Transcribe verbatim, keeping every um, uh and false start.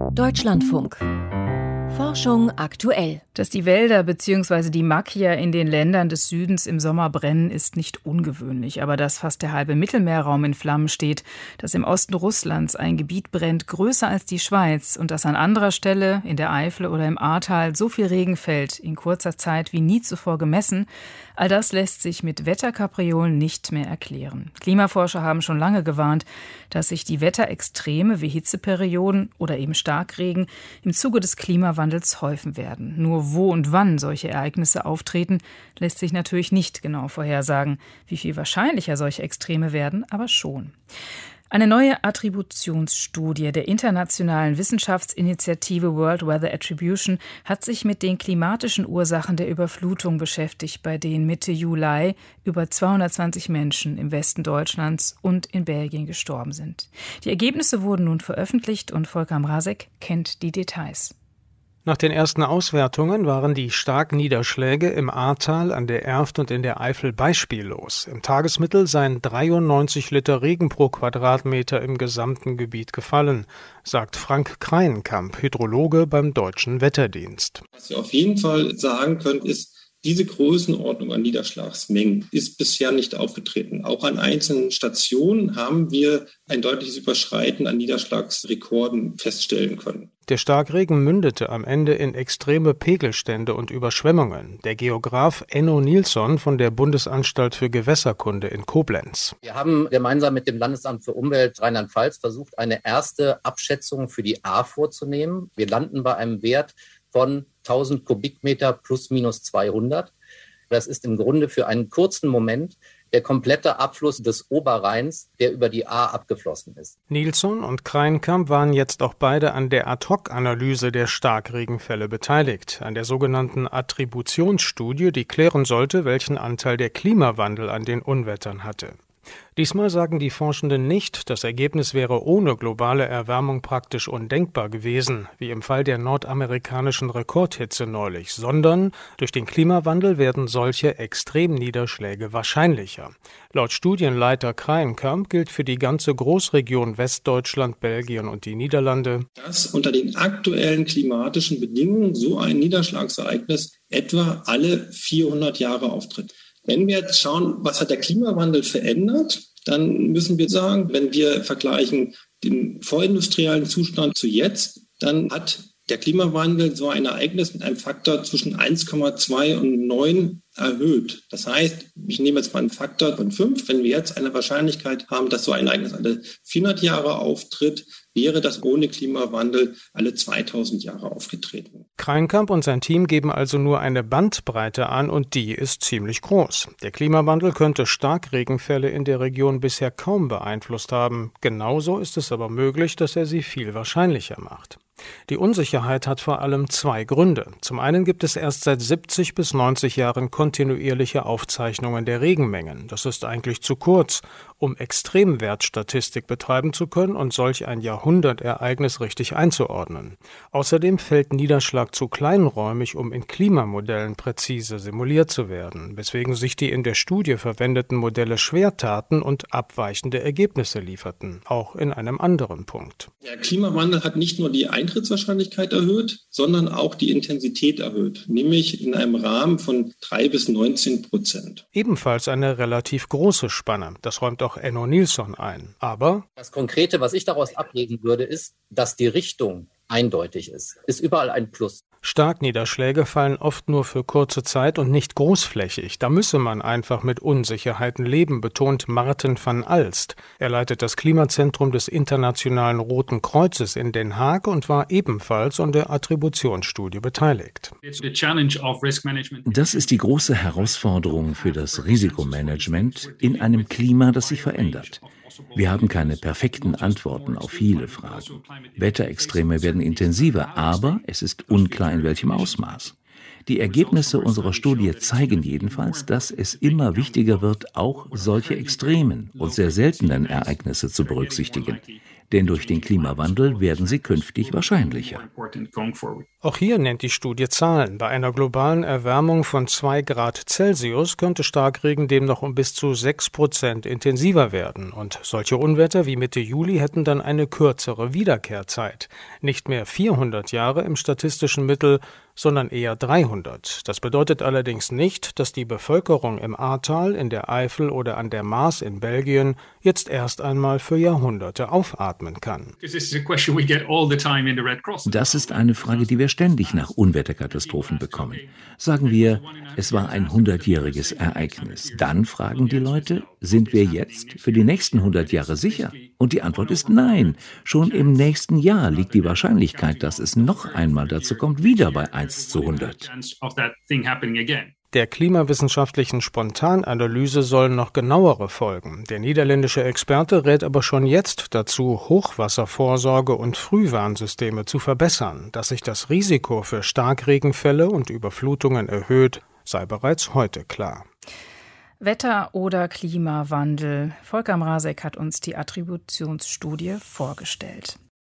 Deutschlandfunk. Forschung aktuell. Dass die Wälder bzw. die Macchia in den Ländern des Südens im Sommer brennen, ist nicht ungewöhnlich. Aber dass fast der halbe Mittelmeerraum in Flammen steht, dass im Osten Russlands ein Gebiet brennt, größer als die Schweiz, und dass an anderer Stelle, in der Eifel oder im Ahrtal, so viel Regen fällt, in kurzer Zeit wie nie zuvor gemessen, all das lässt sich mit Wetterkapriolen nicht mehr erklären. Klimaforscher haben schon lange gewarnt, dass sich die Wetterextreme wie Hitzeperioden oder eben Starkregen im Zuge des Klimawandels häufen werden. Nur wo und wann solche Ereignisse auftreten, lässt sich natürlich nicht genau vorhersagen. Wie viel wahrscheinlicher solche Extreme werden, aber schon. Eine neue Attributionsstudie der internationalen Wissenschaftsinitiative World Weather Attribution hat sich mit den klimatischen Ursachen der Überflutung beschäftigt, bei denen Mitte Juli über zweihundertzwanzig Menschen im Westen Deutschlands und in Belgien gestorben sind. Die Ergebnisse wurden nun veröffentlicht und Volker Mrazek kennt die Details. Nach den ersten Auswertungen waren die starken Niederschläge im Ahrtal, an der Erft und in der Eifel beispiellos. Im Tagesmittel seien dreiundneunzig Liter Regen pro Quadratmeter im gesamten Gebiet gefallen, sagt Frank Kreinkamp, Hydrologe beim Deutschen Wetterdienst. Was wir auf jeden Fall sagen können, ist, diese Größenordnung an Niederschlagsmengen ist bisher nicht aufgetreten. Auch an einzelnen Stationen haben wir ein deutliches Überschreiten an Niederschlagsrekorden feststellen können. Der Starkregen mündete am Ende in extreme Pegelstände und Überschwemmungen. Der Geograf Enno Nilsson von der Bundesanstalt für Gewässerkunde in Koblenz. Wir haben gemeinsam mit dem Landesamt für Umwelt Rheinland-Pfalz versucht, eine erste Abschätzung für die Ahr vorzunehmen. Wir landen bei einem Wert von tausend Kubikmeter plus minus zweihundert. Das ist im Grunde für einen kurzen Moment der komplette Abfluss des Oberrheins, der über die Ahr abgeflossen ist. Nilsson und Kreinkamp waren jetzt auch beide an der Ad-hoc-Analyse der Starkregenfälle beteiligt, an der sogenannten Attributionsstudie, die klären sollte, welchen Anteil der Klimawandel an den Unwettern hatte. Diesmal sagen die Forschenden nicht, das Ergebnis wäre ohne globale Erwärmung praktisch undenkbar gewesen, wie im Fall der nordamerikanischen Rekordhitze neulich, sondern durch den Klimawandel werden solche Extremniederschläge wahrscheinlicher. Laut Studienleiter Kreinkamp gilt für die ganze Großregion Westdeutschland, Belgien und die Niederlande, dass unter den aktuellen klimatischen Bedingungen so ein Niederschlagsereignis etwa alle vierhundert Jahre auftritt. Wenn wir jetzt schauen, was hat der Klimawandel verändert, dann müssen wir sagen, wenn wir vergleichen den vorindustriellen Zustand zu jetzt, dann hat der Klimawandel so ein Ereignis mit einem Faktor zwischen eins Komma zwei und neun erhöht. Das heißt, ich nehme jetzt mal einen Faktor von fünf. Wenn wir jetzt eine Wahrscheinlichkeit haben, dass so ein Ereignis alle vierhundert Jahre auftritt, wäre das ohne Klimawandel alle zweitausend Jahre aufgetreten. Kreinkamp und sein Team geben also nur eine Bandbreite an und die ist ziemlich groß. Der Klimawandel könnte Starkregenfälle in der Region bisher kaum beeinflusst haben. Genauso ist es aber möglich, dass er sie viel wahrscheinlicher macht. Die Unsicherheit hat vor allem zwei Gründe. Zum einen gibt es erst seit siebzig bis neunzig Jahren kontinuierliche Aufzeichnungen der Regenmengen. Das ist eigentlich zu kurz, um Extremwertstatistik betreiben zu können und solch ein Jahrhundertereignis richtig einzuordnen. Außerdem fällt Niederschlag zu kleinräumig, um in Klimamodellen präzise simuliert zu werden, weswegen sich die in der Studie verwendeten Modelle schwer taten und abweichende Ergebnisse lieferten, auch in einem anderen Punkt. Der Klimawandel hat nicht nur die Eintrittswahrscheinlichkeit erhöht, sondern auch die Intensität erhöht, nämlich in einem Rahmen von drei bis neunzehn Prozent. Ebenfalls eine relativ große Spanne, das räumt auch Enno Nilsson ein. Aber das Konkrete, was ich daraus ablesen würde, ist, dass die Richtung eindeutig ist. Ist überall ein Plus. Starkniederschläge fallen oft nur für kurze Zeit und nicht großflächig. Da müsse man einfach mit Unsicherheiten leben, betont Marten van Alst. Er leitet das Klimazentrum des Internationalen Roten Kreuzes in Den Haag und war ebenfalls an der Attributionsstudie beteiligt. Das ist die große Herausforderung für das Risikomanagement in einem Klima, das sich verändert. Wir haben keine perfekten Antworten auf viele Fragen. Wetterextreme werden intensiver, aber es ist unklar, in welchem Ausmaß. Die Ergebnisse unserer Studie zeigen jedenfalls, dass es immer wichtiger wird, auch solche extremen und sehr seltenen Ereignisse zu berücksichtigen. Denn durch den Klimawandel werden sie künftig wahrscheinlicher. Auch hier nennt die Studie Zahlen. Bei einer globalen Erwärmung von zwei Grad Celsius könnte Starkregen demnach um bis zu sechs Prozent intensiver werden. Und solche Unwetter wie Mitte Juli hätten dann eine kürzere Wiederkehrzeit. Nicht mehr vierhundert Jahre im statistischen Mittel, sondern eher dreihundert. Das bedeutet allerdings nicht, dass die Bevölkerung im Ahrtal, in der Eifel oder an der Maas in Belgien jetzt erst einmal für Jahrhunderte aufatmen kann. Das ist eine Frage, die wir ständig nach Unwetterkatastrophen bekommen. Sagen wir, es war ein hundertjähriges Ereignis. Dann fragen die Leute, sind wir jetzt für die nächsten hundert Jahre sicher? Und die Antwort ist nein. Schon im nächsten Jahr liegt die Wahrscheinlichkeit, dass es noch einmal dazu kommt, wieder bei eins zu hundert. Der klimawissenschaftlichen Spontananalyse sollen noch genauere folgen. Der niederländische Experte rät aber schon jetzt dazu, Hochwasservorsorge und Frühwarnsysteme zu verbessern. Dass sich das Risiko für Starkregenfälle und Überflutungen erhöht, sei bereits heute klar. Wetter oder Klimawandel? Volker Mrazek hat uns die Attributionsstudie vorgestellt.